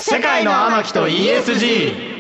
世界の天木と ESG。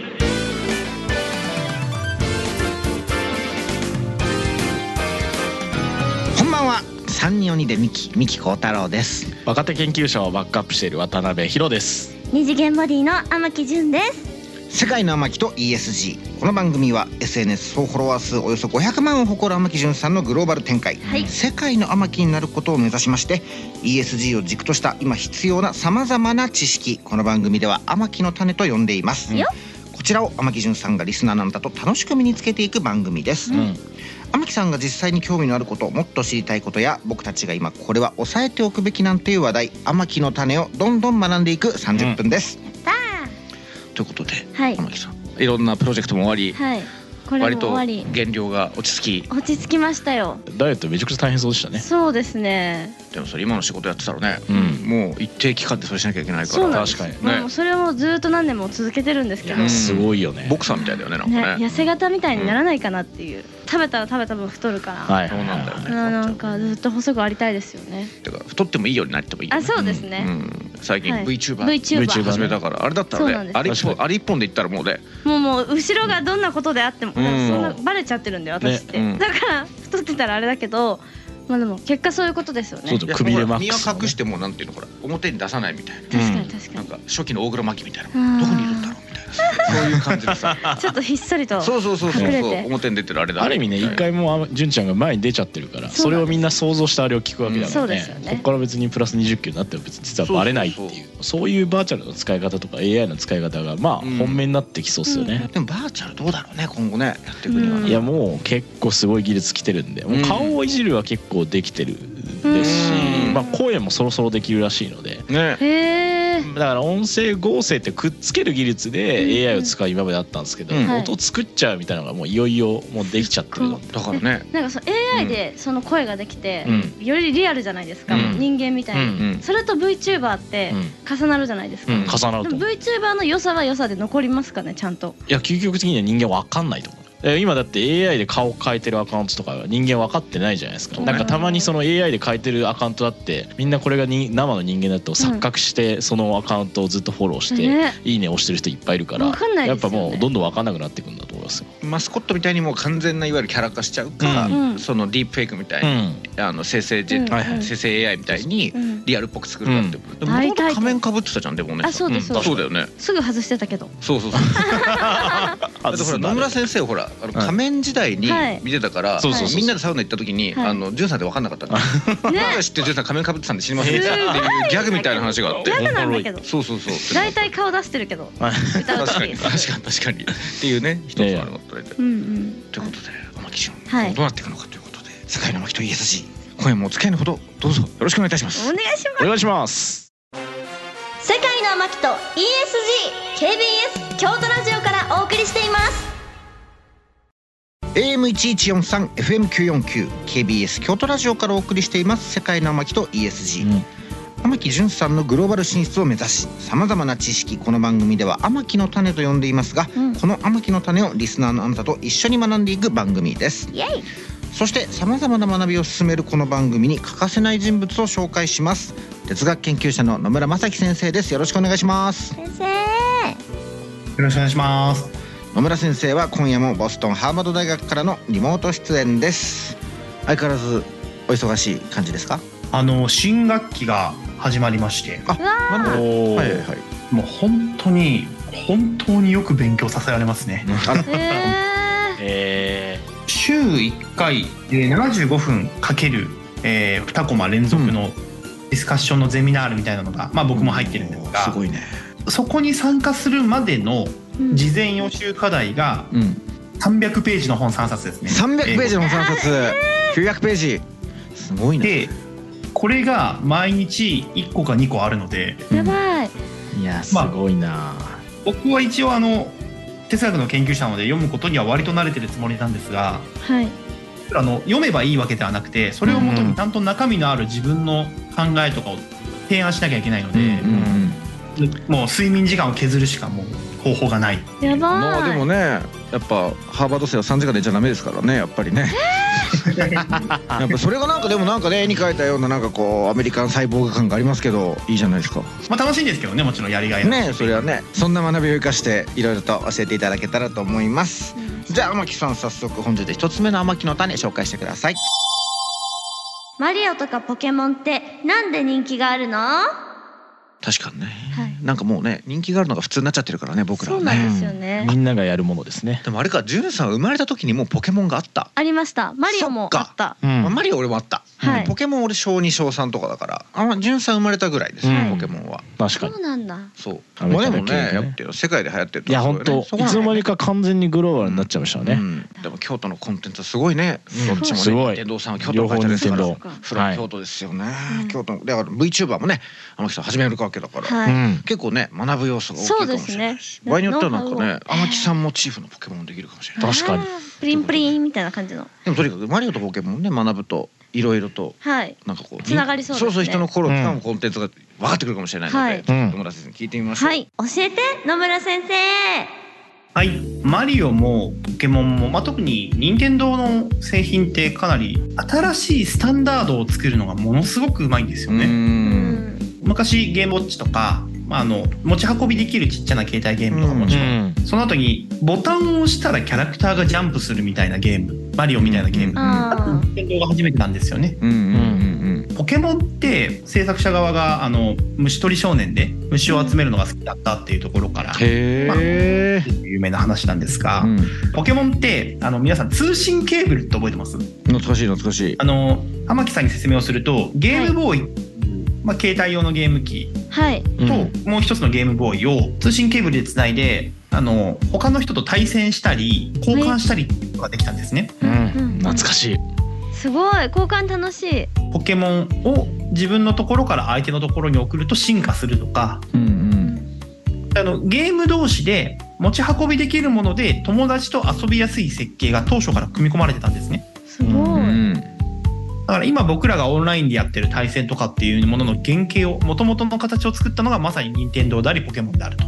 こんばんは。3人鬼で三木幸太郎です。 若手研究者をバックアップしている渡辺博です。 二次元ボディの天木純です。 世界の天木と ESG。 この番組は SNS 総フォロワー数およそ500万を誇る天木純さんのグローバル展開、世界の天木になることを目指しまして ESG を軸とした今必要なさまざまな知識、この番組では天木の種と呼んでいます。こちらを天木純さんがリスナーのあなたと楽しく身につけていく番組です。天木さんが実際に興味のあること、もっと知りたいことや僕たちが今これは押さえておくべきなんていう話題、天木の種をどんどん学んでいく30分です。ということで、天木さんいろんなプロジェクトも終わり、 これ割とも終わり、 減量が落ち着きましたよ。 ダイエットめちゃくちゃ大変そうでしたね。 そうですね。 でもそれ今の仕事やってたらね、もう一定期間でそれしなきゃいけないから。 確かにね。それをずっと何年も続けてるんですけど、 すごいよね。 ボクサーみたいだよね、なんかね。 痩せ型みたいにならないかなっていう。食べたら分太るから。 そうなんだよね。 なんかずっと細くありたいですよね。 だから太ってもいいようになってもいい。 そうですね。 最近 VTuber 始めたから、あれだったらね、あれ一本で言ったらもうね、 もう後ろがどんなことであってもそんなバレちゃってるんで私って。だから太ってたらあれだけど、まあでも結果そういうことですよね。 くびれマックス。 身を隠してもなんていうの、ほら表に出さないみたいな。 確かになんか初期の大黒摩季みたいな、どこにいるんだろうみたいな、そういう感じでさ、 ちょっとひっそりとそう隠れて表に出てるあれだ。 ある意味ね、一回も純ちゃんが前に出ちゃってるから、それをみんな想像してあれを聞くわけだからね。ここから別にプラス20キロになっても別に実はバレないっていう、そういうバーチャルの使い方とか AI の使い方がまあ本命になってきそうですよね。 でもバーチャルどうだろうね、今後ね、やっていくには。 いやもう結構すごい技術来てるんで、もう顔をいじるは結構できてるですし、まあ声もそろそろできるらしいので、だから音声合成ってくっつける技術で AI を使う今まであったんですけど、音作っちゃうみたいなのがもういよいよもうできちゃってる。 だからね、 なんかその AI でその声ができてよりリアルじゃないですか、人間みたいに。それと VTuber って重なるじゃないですか。 重なると。 VTuber の良さは良さで残りますかね、ちゃんと。 いや究極的には人間わかんないと思う。今だって AI で顔変えてるアカウントとかは人間分かってないじゃないですか。なんかたまにその AI で変えてるアカウントだってみんなこれが生の人間だと錯覚してそのアカウントをずっとフォローしていいね押してる人いっぱいいるから、やっぱもうどんどん分かんなくなっていくんだと思いますよ。 マスコットみたいにもう完全ないわゆるキャラ化しちゃうか、そのディープフェイクみたいに生成 AI みたいにリアルっぽく作るかって。でも元々仮面かぶってたじゃん。でもね、そうだよね。 すぐ外してたけど。 そうだから野村先生ほら仮面時代に見てたから、みんなでサウナ行った時にジュンさんで分かんなかったの。知ってジュンさん仮面かぶってたんで知りませんっていうギャグみたいな話があって。 ギャグなんだけど。 そう大体顔出してるけど。 確かにっていうね、一つあるのということで、天木純どうなっていくのかということで、世界の天木と ESG、 今夜もお付き合いのほどどうぞよろしくお願いいたします。 お願いします。世界の天木と ESG、KBS 京都ラジオからお送りしています。 AM1143 FM949 KBS 京都ラジオからお送りしています世界の天木と ESG。天木純さんのグローバル進出を目指し、さまざまな知識、この番組では天木の種と呼んでいますが、この天木の種をリスナーのあなたと一緒に学んでいく番組です。そしてさまざまな学びを進めるこの番組に欠かせない人物を紹介します。哲学研究者の野村正樹先生です。よろしくお願いします。 先生、 よろしくお願いします。 野村先生は今夜もボストンハーバード大学からのリモート出演です。相変わらずお忙しい感じですか？ 新学期が始まりまして、もう本当によく勉強させられますね。週1回で75分かける2コマ連続のディスカッションのゼミナールみたいなのが、僕も入ってるんですが、 すごいね。 そこに参加するまでの事前予習課題が300ページの本3冊ですね。 300ページの本3冊、900ページ、すごいね。 でこれが毎日1個か2個あるので、 やばい。 いやすごいな。 僕は一応哲学の研究者なので読むことには割と慣れてるつもりなんですが、読めばいいわけではなくて、それをもとにちゃんと中身のある自分の考えとかを提案しなきゃいけないので、もう睡眠時間を削るしかもう方法がない。 やばい。 でもね、やっぱハーバード生は3時間寝ちゃダメですからね、やっぱりね。 やっぱそれがなんかでもなんかね絵に描いたようななんかこうアメリカンサイボーグ感がありますけどいいじゃないですか。 まあ楽しいんですけどね、もちろんやりがいね。それはね、そんな学びを生かしていろいろと教えていただけたらと思います。じゃあ天木さん、早速本日で一つ目の天木の種紹介してください。 マリオとかポケモンってなんで人気があるの？ 確かにね、なんかもうね人気があるのが普通になっちゃってるからね、僕らはね。 そうなんですよね、 みんながやるものですね。 でもあれか、ジュンさん生まれた時にもうポケモンがあった？ ありました。マリオもあった。 マリオ俺もあった。ポケモン俺小2小3とかだから、ジュンさん生まれたぐらいですね、ポケモンは。 確かに。 そうなんだ。 そう。まあでもね、やってる世界で流行ってる。 いや本当いつの間にか完全にグローバルになっちゃいましたね。 でも京都のコンテンツすごいね。どっちもね。 すごい。 天童さんは京都の会社ですから。フラン京都ですよね。京都だから VTuber もね、天木さん始めるわけだから。結構ね学ぶ要素が大きいかもしれないし、場合によってはなんかね天木さんモチーフのポケモンできるかもしれない。 確かにプリンプリンみたいな感じの。 でもとにかくマリオとポケモンね学ぶといろいろとなんかこうつながりそうですね。 そう人の心をつかむコンテンツが分かってくるかもしれないので、野村先生に聞いてみましょう。 はい、教えて野村先生。 はい、マリオもポケモンも、特に任天堂の製品ってかなり新しいスタンダードを作るのがものすごくうまいんですよね。昔ゲームウォッチとか持ち運びできるちっちゃな携帯ゲームとかもちろん、その後にボタンを押したらキャラクターがジャンプするみたいなゲーム、マリオみたいなゲーム、任天堂が初めてなんですよね。ポケモンって制作者側が虫取り少年で虫を集めるのが好きだったっていうところから有名な話なんですが、ポケモンって皆さん通信ケーブルって覚えてます？ 懐かしい懐かしい。 天木さんに説明をすると、ゲームボーイ、携帯用のゲーム機ともう一つのゲームボーイを通信ケーブルでつないで他の人と対戦したり交換したりっていうことができたんですね。 懐かしい。 すごい交換楽しい。 ポケモンを自分のところから相手のところに送ると進化するとか、ゲーム同士で持ち運びできるもので友達と遊びやすい設計が当初から組み込まれてたんですね。 すごい。 だから今僕らがオンラインでやってる対戦とかっていうものの原型を元々の形を作ったのがまさに任天堂でありポケモンであると。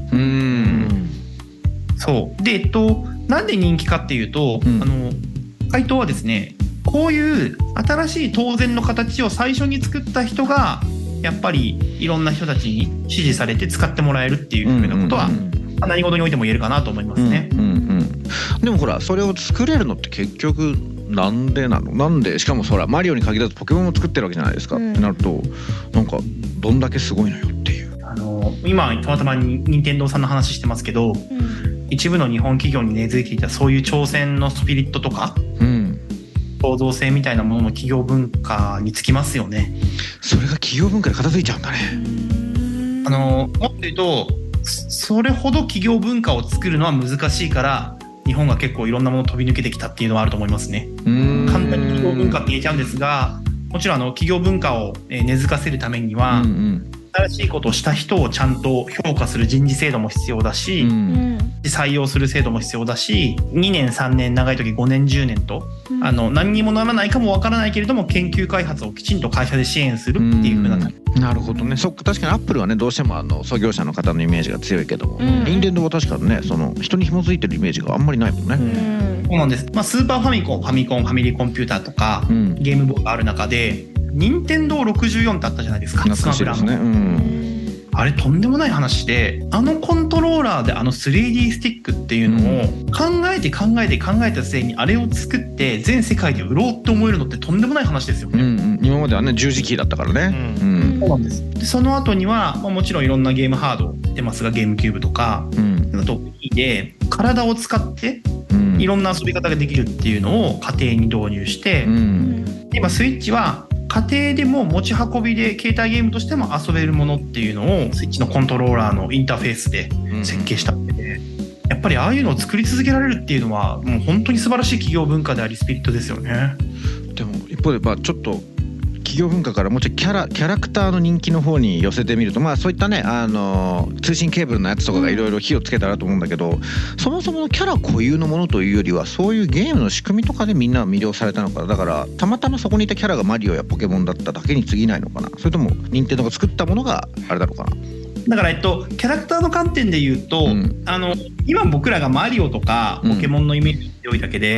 そうでなんで人気かっていうと、回答はですね、こういう新しい当然の形を最初に作った人がやっぱりいろんな人たちに支持されて使ってもらえるっていうふうなことは何事においても言えるかなと思いますね。 でもほらそれを作れるのって結局なんでなの？なんでしかもそらマリオに限らずポケモンも作ってるわけじゃないですか、ってなるとなんかどんだけすごいのよっていう。 今たまたま任天堂さんの話してますけど、一部の日本企業に根付いていたそういう挑戦のスピリットとか、創造性みたいなものの企業文化につきますよね。 それが企業文化で片付いちゃうんだね。 もっと言うとそれほど企業文化を作るのは難しいから日本が結構いろんなものを飛び抜けてきたっていうのはあると思いますね。簡単に企業文化って言えちゃうんですが、もちろん企業文化を根付かせるためには、新しいことをした人をちゃんと評価する人事制度も必要だし、採用する制度も必要だし、2年3年長い時5年10年と、何にもならないかもわからないけれども研究開発をきちんと会社で支援するっていう風な。 なるほどね。そっか、確かにアップルはねどうしても創業者の方のイメージが強いけども、任天堂は確かにねその人に紐づいてるイメージがあんまりないもんね。 そうなんです。スーパーファミコン、ファミコン、ファミリーコンピューターとか、ゲームボーイがある中で任天堂64ってあったじゃないですか。 懐かしいですね。 あれとんでもない話で、コントローラーで3D スティックっていうのを考えた末にあれを作って全世界で売ろうって思えるのってとんでもない話ですよね。 今まではね十字キーだったからね。 そうなんです。でその後には、もちろんいろんなゲームハード出ますが、ゲームキューブとか、あと Wii で体を使っていろんな遊び方ができるっていうのを家庭に導入して、今スイッチは家庭でも持ち運びで携帯ゲームとしても遊べるものっていうのをスイッチのコントローラーのインターフェースで設計したわけで、やっぱりああいうのを作り続けられるっていうのはもう本当に素晴らしい企業文化でありスピリットですよね。 でも一方でちょっと企業文化からもうちょいキャラクターの人気の方に寄せてみると、そういったね通信ケーブルのやつとかがいろいろ火をつけたらと思うんだけど、そもそものキャラ固有のものというよりはそういうゲームの仕組みとかでみんな魅了されたのかな。だからたまたまそこにいたキャラがマリオやポケモンだっただけに過ぎないのかな。それとも任天堂が作ったものがあれなのかな。 だからキャラクターの観点で言うと、今僕らがマリオとかポケモンのイメージが強いだけで、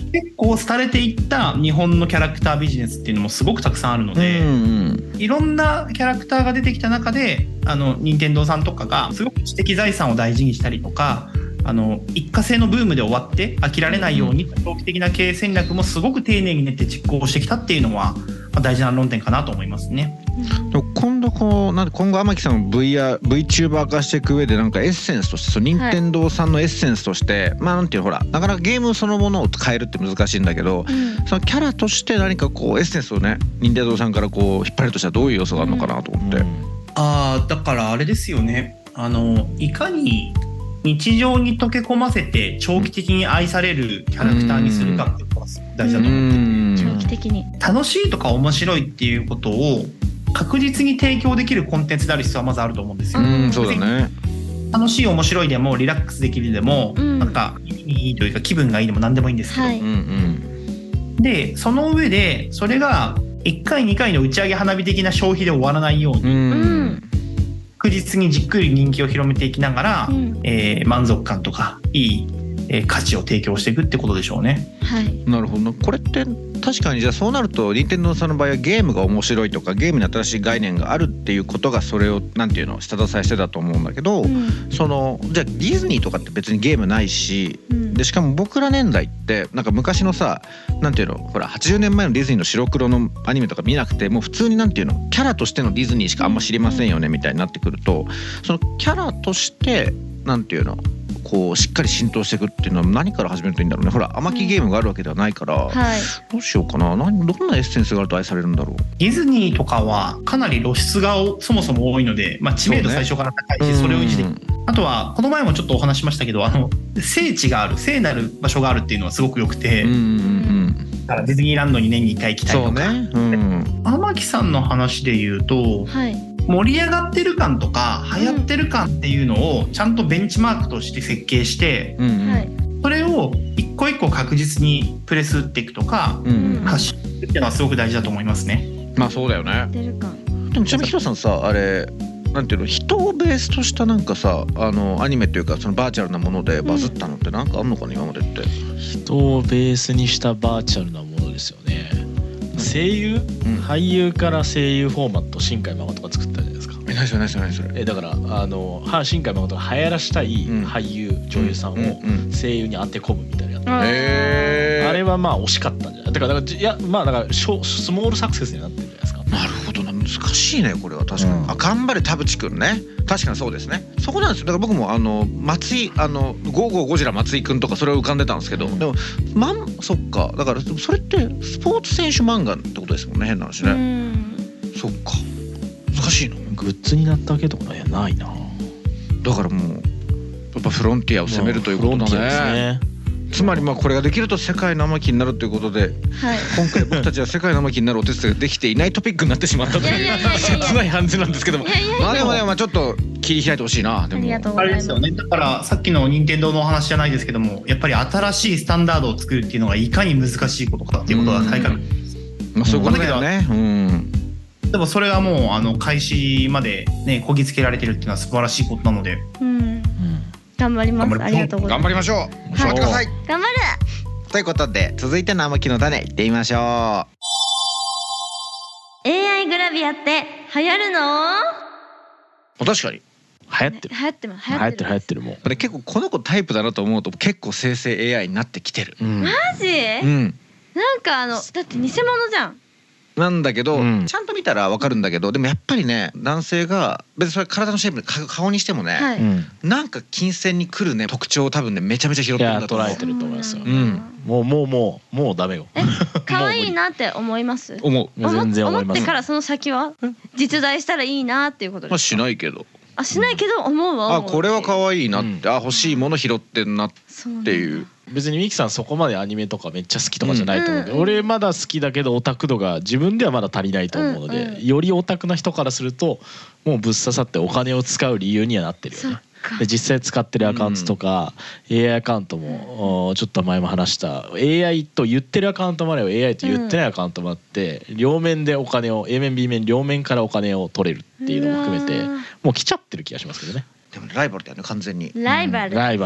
結構廃れていった日本のキャラクタービジネスっていうのもすごくたくさんあるので、いろんなキャラクターが出てきた中で任天堂さんとかがすごく知的財産を大事にしたりとか、一過性のブームで終わって飽きられないように長期的な経営戦略もすごく丁寧に練って実行してきたっていうのは大事な論点かなと思いますね。 今度今後天木さんを VTuber 化していく上でなんかエッセンスとして任天堂さんのエッセンスとして、なんていうほらなかなかゲームそのものを変えるって難しいんだけど、そのキャラとして何かこうエッセンスをね任天堂さんからこう引っ張るとしたらどういう要素があるのかなと思って。 だからあれですよね、いかに日常に溶け込ませて長期的に愛されるキャラクターにするかっていうことが大事だと思ってて、 長期的に楽しいとか面白いっていうことを確実に提供できるコンテンツである必要はまずあると思うんですよ。 そうだね。 楽しい面白いでもリラックスできるでも、なんかいいというか気分がいいでも何でもいいんですけど、でその上でそれが1回2回の打ち上げ花火的な消費で終わらないように、確実にじっくり人気を広めていきながら、満足感とかいい、価値を提供していくってことでしょうね。 なるほど。これって確かにじゃあそうなると任天堂さんの場合はゲームが面白いとかゲームに新しい概念があるっていうことがそれをなんていうの下支えしてたと思うんだけど、じゃあディズニーとかって別にゲームないし、でしかも僕ら年代ってなんか昔のさなんていうのほら80年前のディズニーの白黒のアニメとか見なくてもう普通になんていうのキャラとしてのディズニーしかあんま知りませんよねみたいになってくると、そのキャラとしてなんていうのこうしっかり浸透していくっていうのは何から始めるといいんだろうね。ほら天木ゲームがあるわけではないから、どうしようかな。どんなエッセンスがあると愛されるんだろう。 ディズニーとかはかなり露出がそもそも多いので、知名度最初から高いし それを維持できる。あとはこの前もちょっとお話しましたけど聖地がある聖なる場所があるっていうのはすごく良くて、だからディズニーランドに年に1回行きたいとか、天木さんの話で言うと、盛り上がってる感とか流行ってる感っていうのをちゃんとベンチマークとして設計して、それを一個一個確実にプレス打っていくとか、発信っていうのはすごく大事だと思いますね。 そうだよね。でもちなみにヒロさんさあれなんていうの人をベースとしたなんかさアニメっていうかそのバーチャルなものでバズったのってなんかあんのかな今までって。 人をベースにしたバーチャルなものですよね。声優、俳優から声優フォーマット新海誠が作ったじゃないですか。 何それ。 だから新海誠が流行らしたい俳優、女優さんを声優に当て込むみたいなやつ。あれは惜しかったんじゃない。だからスモールサクセスになってるんじゃないですか。 なるほどな。難しいねこれは確かに。頑張れ田淵くんね。確かにそうですね。そこなんですよ。だから僕も松井55ゴジラ松井くんとかそれを浮かんでたんですけど、でもそっかだからそれってスポーツ選手漫画ってことですもんね。変な話ね。そっか難しいの。 グッズになったわけとかないな。 だからもうやっぱフロンティアを攻めるということだね。つまりこれができると世界の天木になるということで、今回僕たちは世界の天木になるお手伝いができていないトピックになってしまったという切ない感じなんですけども、でもちょっと切り開いてほしいな。でもあれですよね。だからさっきの任天堂のお話じゃないですけども、やっぱり新しいスタンダードを作るっていうのがいかに難しいことかっていうことが再確認。 そういうことだよね。 でもそれはもう開始までねこぎつけられてるっていうのは素晴らしいことなので、 頑張ります。ありがとうございます。 頑張りましょう。頑張ってください。 頑張る。 ということで続いての天木の種いってみましょう。 AI グラビアって流行るの？ 確かに流行ってるもう。 これ結構この子タイプだなと思うと結構生成 AI になってきてる。 マジ？なんかだって偽物じゃん。 なんだけど、ちゃんと見たら分かるんだけど、でもやっぱりね男性が別にそれ体のシェイプ顔にしてもね、なんか金銭に来るね特徴を多分ねめちゃめちゃ拾ってるんだと思う。 捉えてると思いますよ。もうダメよ。 可愛いなって思います。 思う。 全然思います。 思ってからその先は実在したらいいなっていうことですか。 しないけど思うわ。 これは可愛いなって、欲しいもの拾ってんなっていう。 別にミキさんそこまでアニメとかめっちゃ好きとかじゃないと思うけど、俺まだ好きだけどオタク度が自分ではまだ足りないと思うので、よりオタクな人からするともうぶっ刺さってお金を使う理由にはなってるよね。で実際使ってるアカウントとか、AI アカウントもちょっと前も話した AI と言ってるアカウントもあれば AI と言ってないアカウントもあって、両面でお金を A 面 B 面両面からお金を取れるっていうのも含めてもう来ちゃってる気がしますけどね。 でもライバルだよね完全に。 ライバル。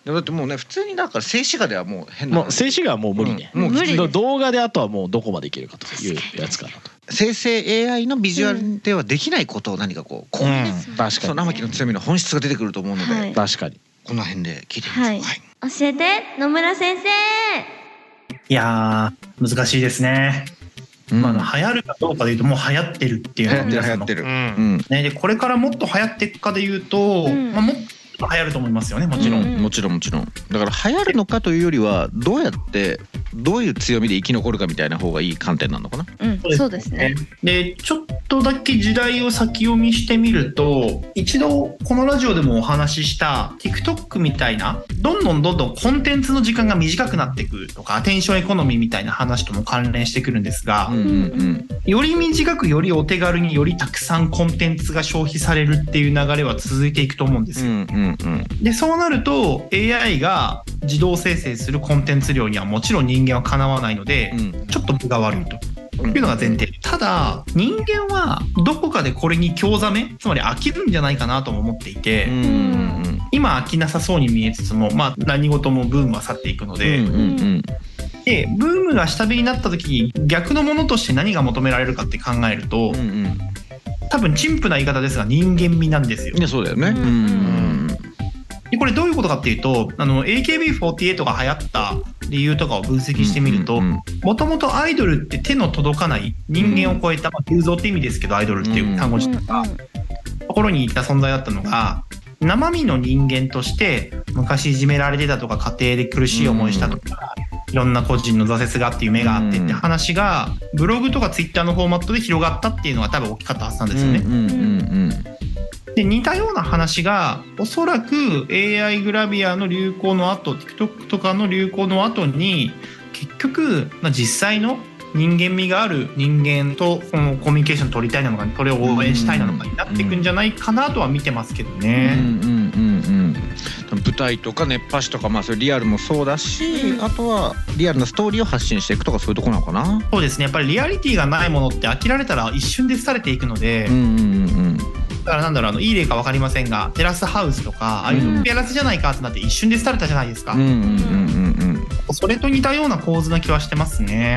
だってもうね普通にだから静止画ではもう変な、 もう静止画はもう無理ね、もう動画であとはもうどこまでいけるかというやつかなと。 生成 AI のビジュアルではできないことを何かこう、 確かにその生木の強みの本質が出てくると思うので、 確かにこの辺で聞いてみましょう。 教えて野村先生。 いやー難しいですね。流行るかどうかでいうともう流行ってるっていうのが流行ってる、 でこれからもっと流行っていくかでいうと、もっと流行ると思いますよね。もちろん、 もちろんだから流行るのかというよりはどうやってどういう強みで生き残るかみたいな方がいい観点なのかな。 そうですね。 でちょっとだけ時代を先読みしてみると、一度このラジオでもお話しした TikTok みたいなどんどんコンテンツの時間が短くなっていくとか、アテンションエコノミーみたいな話とも関連してくるんですが、より短くよりお手軽によりたくさんコンテンツが消費されるっていう流れは続いていくと思うんですよ。でそうなると AI が自動生成するコンテンツ量にはもちろん人間はかなわないので、ちょっと分が悪いというのが前提。ただ人間はどこかでこれに興ざめ、つまり飽きるんじゃないかなとも思っていて、今飽きなさそうに見えつつも、何事もブームは去っていくので、でブームが下火になった時に逆のものとして何が求められるかって考えると、多分陳腐な言い方ですが人間味なんですよ。 そうだよね。 でこれどういうことかっていうと、AKB48 が流行った理由とかを分析してみると、もともとアイドルって手の届かない人間を超えた、偶像って意味ですけどアイドルっていう単語自体がところにいた存在だったのが、生身の人間として昔いじめられてたとか家庭で苦しい思いしたとか、いろんな個人の挫折があって夢があってって話がブログとかツイッターのフォーマットで広がったっていうのが多分大きかったはずなんですよね。で似たような話がおそらく AI グラビアの流行の後 TikTok とかの流行の後に結局、実際の人間味がある人間とコミュニケーション取りたいなのか、それを応援したいなのかになっていくんじゃないかなとは見てますけどね。 舞台とか熱波師とか、それリアルもそうだし、あとはリアルなストーリーを発信していくとかそういうところなのかな。 そうですね。やっぱりリアリティがないものって飽きられたら一瞬で廃れていくので、だからいい例か分かりませんが、テラスハウスとかああいうテラスじゃないかってなって一瞬で廃れたじゃないですか。それと似たような構図な気はしてますね。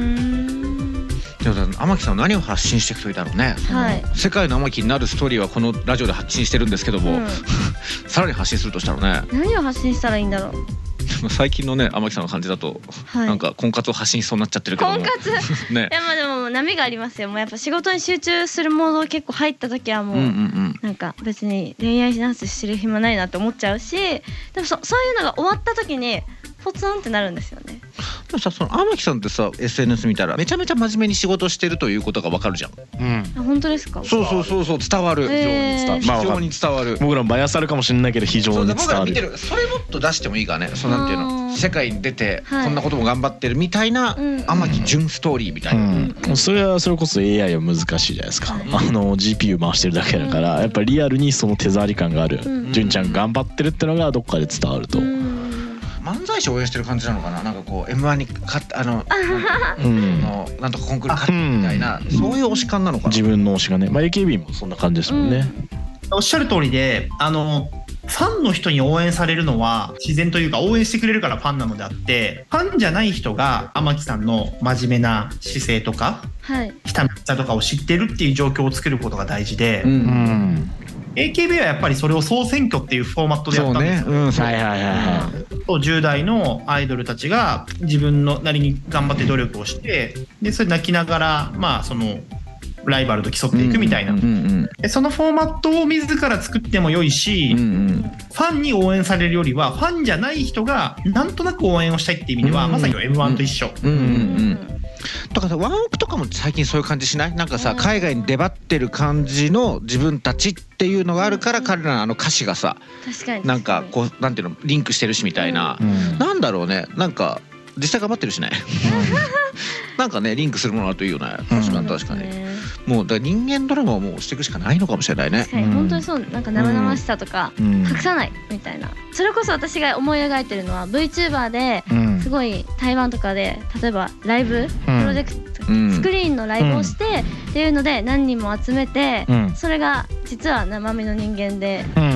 天木さんは何を発信していくといいだろうね。世界の天木になるストーリーはこのラジオで発信してるんですけども、さらに発信するとしたらね、 何を発信したらいいんだろう。 最近のね天木さんの感じだと、なんか婚活を発信しそうになっちゃってるけども、 婚活ね。いやでも波がありますよ。もうやっぱ仕事に集中するモード結構入った時はもう、なんか別に恋愛ダンスしてる暇ないなって思っちゃうし、でもそういうのが終わった時にポツンってなるんですよね。 でもさ、その天木さんってさ SNS 見たらめちゃめちゃ真面目に仕事してるということが分かるじゃん。 本当ですか。 そう伝わる。非常に伝わる。 僕らもバイアスあるかもしれないけど非常に伝わる。 それもっと出してもいいかね。なんていうの、世界に出てこんなことも頑張ってるみたいな天木純ストーリーみたいな。 それこそ AI は難しいじゃないですか。GPU 回してるだけだから、やっぱりリアルにその手触り感がある純ちゃん頑張ってるってのがどっかで伝わると。 漫才師を応援してる感じなのかな。なんかこう M1 に勝ってなんとかコンクール勝ってみたいな、そういう推し感なのかな。 自分の推しがね、AKB もそんな感じですもんね。 おっしゃる通りで、ファンの人に応援されるのは自然というか、応援してくれるからファンなのであって、ファンじゃない人が天木さんの真面目な姿勢とか、ひたむきさとかを知ってるっていう状況を作ることが大事で、AKB はやっぱりそれを総選挙っていうフォーマットでやったんですよ。10代のアイドルたちが自分のなりに頑張って努力をして、でそれ泣きながらそのライバルと競っていくみたいな、でそのフォーマットを自ら作っても良いし、ファンに応援されるよりはファンじゃない人がなんとなく応援をしたいっていう意味では、まさに M1 と一緒。 だからワンオクとかも最近そういう感じしない？なんかさ、海外に出張ってる感じの自分たちっていうのがあるから、彼らの歌詞がさ、なんかこうなんていうのリンクしてるしみたいな、なんだろうね、なんか実際頑張ってるしねなんかねリンクするものあるといいよね。確かにもうだから人間ドラマをもうしていくしかないのかもしれないね。 本当にそう。なんか生々しさとか隠さないみたいな。それこそ私が思い描いてるのは VTuber ですごい台湾とかで例えばライブプロジェクトスクリーンのライブをしてっていうので何人も集めて、それが実は生身の人間で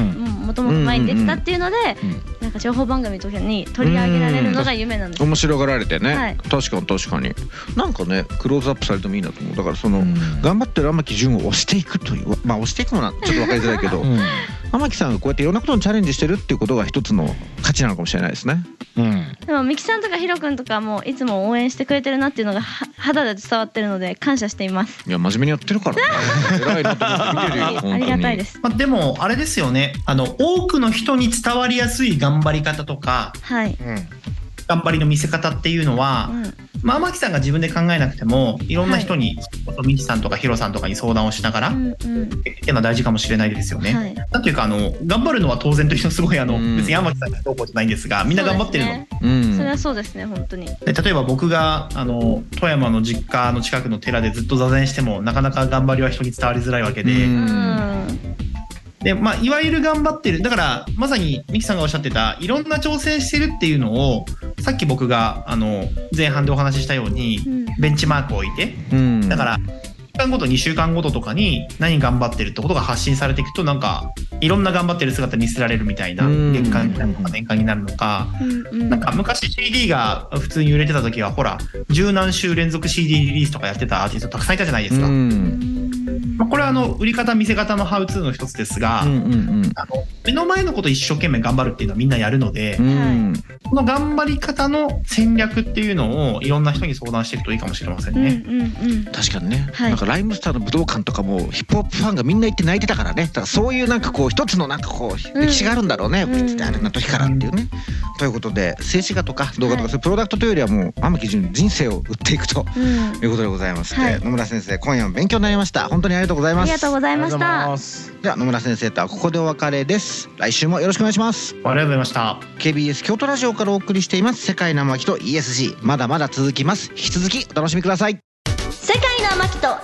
もともと前に出てたっていうので、なんか情報番組とかに取り上げられるのが夢なんです。 面白がられてね、 はい、 確かになんかねクローズアップされてもいいなと思う。だからその頑張ってる天城純を押していくという、まあ押していくのはちょっと分かりづらいけど、天城さんがこうやっていろんなことにチャレンジしてるっていうことが一つの価値なのかもしれないですね。 でもミキさんとかヒロ君とかもいつも応援してくれてるなっていうのが肌で伝わってるので感謝しています。 いや真面目にやってるからね偉いなと思って見てるよ本当に。 ありがたいです。 でもあれですよね、多くの人に伝わりやすい頑張り方とか、 はい、 頑張りの見せ方っていうのは、天城さんが自分で考えなくてもいろんな人に、ミキさんとかヒロさんとかに相談をしながら、っていうのは大事かもしれないですよね。なんていうか頑張るのは当然というのはすごい別に天城さんがどうこうじゃないんですが、みんな頑張ってるの。 それはそうですね本当に。 で例えば僕が富山の実家の近くの寺でずっと座禅してもなかなか頑張りは人に伝わりづらいわけで。でまあ、いわゆる頑張ってるだからまさにミキさんがおっしゃってたいろんな挑戦してるっていうのをさっき僕が前半でお話ししたようにベンチマークを置いて、だから1週間ごと2週間ごととかに何頑張ってるってことが発信されていくとなんかいろんな頑張ってる姿に見せられるみたいな月間になるのか年間になるのか、なんか昔 CD が普通に売れてた時はほら十何週連続 CD リリースとかやってたアーティストたくさんいたじゃないですか。これは売り方見せ方のハウツーの一つですが、目の前のこと一生懸命頑張るっていうのはみんなやるので、この頑張り方の戦略っていうのをいろんな人に相談していくといいかもしれませんね。 確かにね、なんかライムスターの武道館とかもヒップホップファンがみんな行って泣いてたからね。だからそういうなんかこう一つのなんかこう歴史があるんだろうね、あれの時からっていうね。ということで静止画とか動画とかそういうプロダクトというよりはもう天城純人生を売っていくということでございまして、野村先生今夜も勉強になりました。本当にありがとうございます。 ありがとうございました。 では野村先生とはここでお別れです。来週もよろしくお願いします。 ありがとうございました。 KBS 京都ラジオからお送りしています世界の天城と ESG、 まだまだ続きます。引き続きお楽しみください。 世界の天城と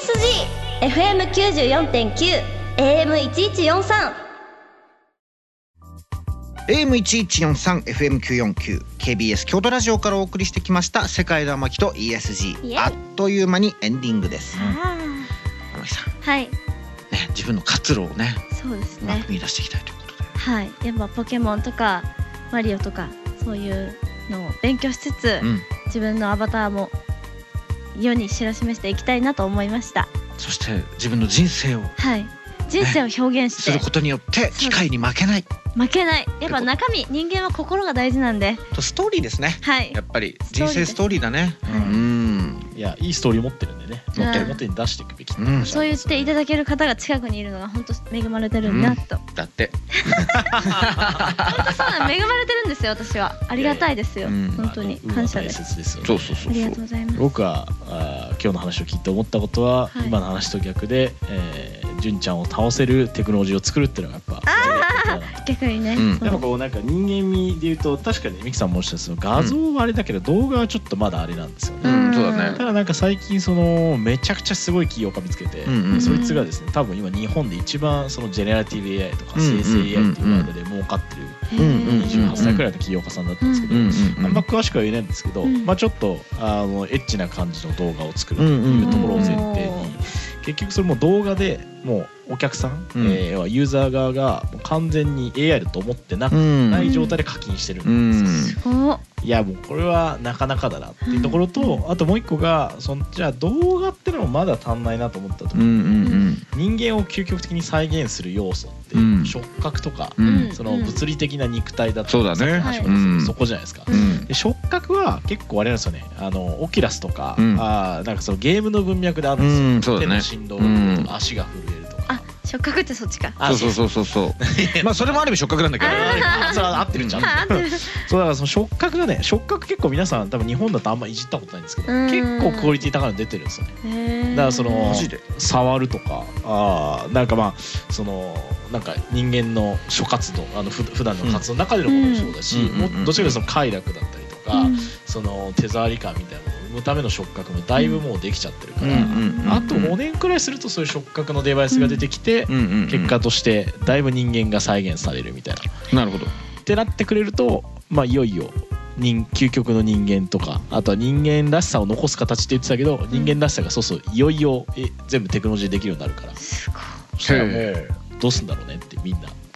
ESG FM94.9 AM1143 AM1143 FM949 KBS 京都ラジオからお送りしてきました世界の天城と ESG、 あっという間にエンディングです。天城さん、 はい、 ね、自分の活路をね、 そうですね、 見出していきたいということで、 はい、やっぱポケモンとかマリオとかそういうのを勉強しつつ、自分のアバターも世に知らしめしていきたいなと思いました。 そして自分の人生を、はい、 人生を表現して、 することによって機械に負けない、やっぱ中身、人間は心が大事なんで、 ストーリーですね、はい、やっぱり人生ストーリーだね。いや、いいストーリー持ってるんでね、表に出していくべき、 そう言っていただける方が近くにいるのが本当恵まれてるなと。 だって本当そうなの、恵まれてるんですよ。私はありがたいですよ、本当に感謝です。 そうそうそう、 ありがとうございます。 僕は今日の話を聞いて思ったことは、今の話と逆で純ちゃんを倒せるテクノロジーを作るっていうのがやっぱ逆にね、 やっぱこうなんか人間味で言うと確かにミキさんもおっしゃったその画像はあれだけど動画はちょっとまだあれなんですよね。 そうだね。 ただなんか最近そのめちゃくちゃすごい起業家見つけて、そいつがですね多分今日本で一番そのジェネラティブ AI とか生成 AI っていうワードで儲かってる28歳くらいの起業家さんだったんですけど、あんま詳しくは言えないんですけど、まあちょっとエッチな感じの動画を作るというところを前提に、結局それも動画でもうお客さん、ユーザー側がもう完全に AI だと思ってない状態で課金してるんですよ。いやもうこれはなかなかだなっていうところと、あともう一個がじゃあ動画ってのもまだ足んないなと思った時に、人間を究極的に再現する要素って触覚とか、その物理的な肉体だとか、そこじゃないですか。で触覚は結構あれなんですよね、オキュラスとか、なんかそのゲームの文脈であるんですよ。手の振動とか足が震えるとか。 触覚ってそっちか。 そうまあそれもある意味触覚なんだけど、 それは合ってるんじゃん。そうだからその触覚がね、触覚結構皆さん多分日本だとあんまいじったことないんですけど、結構クオリティ高いの出てるんですよね。だからその触るとか、なんかまあそのなんか人間の諸活動、普段の活動の中でのものもそうだし、どちらかというとその快楽だったりとか、その手触り感みたいなものを生むための触覚もだいぶもうできちゃってるから、あと5年くらいするとそういう触覚のデバイスが出てきて、結果としてだいぶ人間が再現されるみたいな。なるほど。ってなってくれると、まあいよいよ究極の人間とか、あとは人間らしさを残す形って言ってたけど、人間らしさがそういよいよ全部テクノロジーできるようになるから。そしたらもうどうすんだろうねってみんな。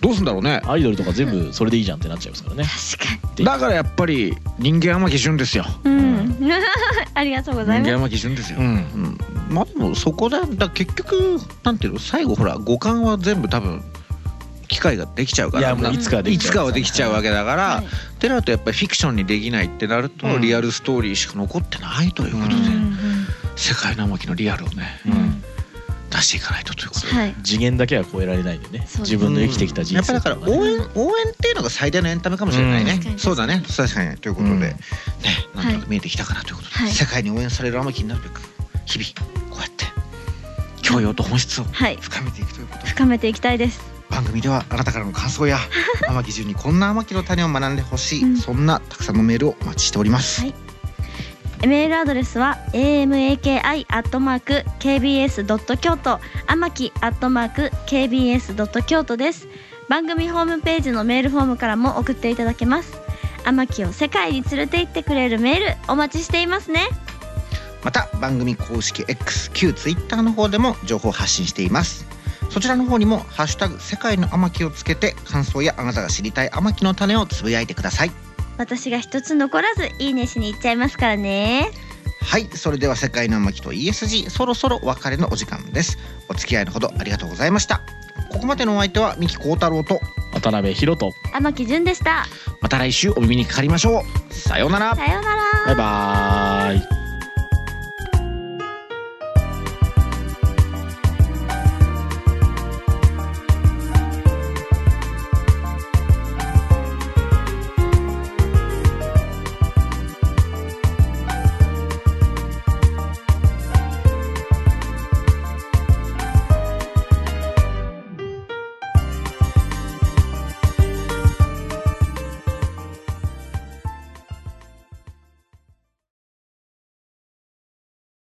どうすんだろうね。 アイドルとか全部それでいいじゃんってなっちゃいますからね。 確かに。 だからやっぱり人間天城潤ですよ。 ありがとうございます。 人間天城潤ですよ。まあでもそこだ結局なんていうの、最後ほら五感は全部多分機械ができちゃうから、 いやもういつかはできちゃうわけだから、ってなるとやっぱりフィクションにできないってなると、リアルストーリーしか残ってないということで、世界の天城のリアルをね、出していかないとということで、 次元だけは超えられないんでね、自分の生きてきた人生。 やっぱだから応援っていうのが最大のエンタメかもしれないね。そうだね、確かに。ということでね、なんとなく見えてきたかなということで、世界に応援される天城になるべく日々こうやって教養と本質を深めていくということで、 深めていきたいです。 番組ではあなたからの感想や天城順にこんな天城の種を学んでほしい、そんなたくさんのメールをお待ちしております。 メールアドレスは amaki@kbs.kyoto、 amaki@kbs.kyoto です。番組ホームページのメールフォームからも送っていただけます。天城を世界に連れて行ってくれるメールお待ちしていますね。 また番組公式 X 旧 Twitter の方でも情報を発信しています。そちらの方にもハッシュタグ世界の天城をつけて感想やあなたが知りたい天城の種をつぶやいてください。 私が一つ残らずいいねしに行っちゃいますからね。 はい、それでは世界の天城と ESG そろそろお別れのお時間です。お付き合いのほどありがとうございました。ここまでのお相手は三木幸太郎と渡辺博人、 天城潤でした。 また来週お耳にかかりましょう。さようなら。 さようなら。 バイバーイ。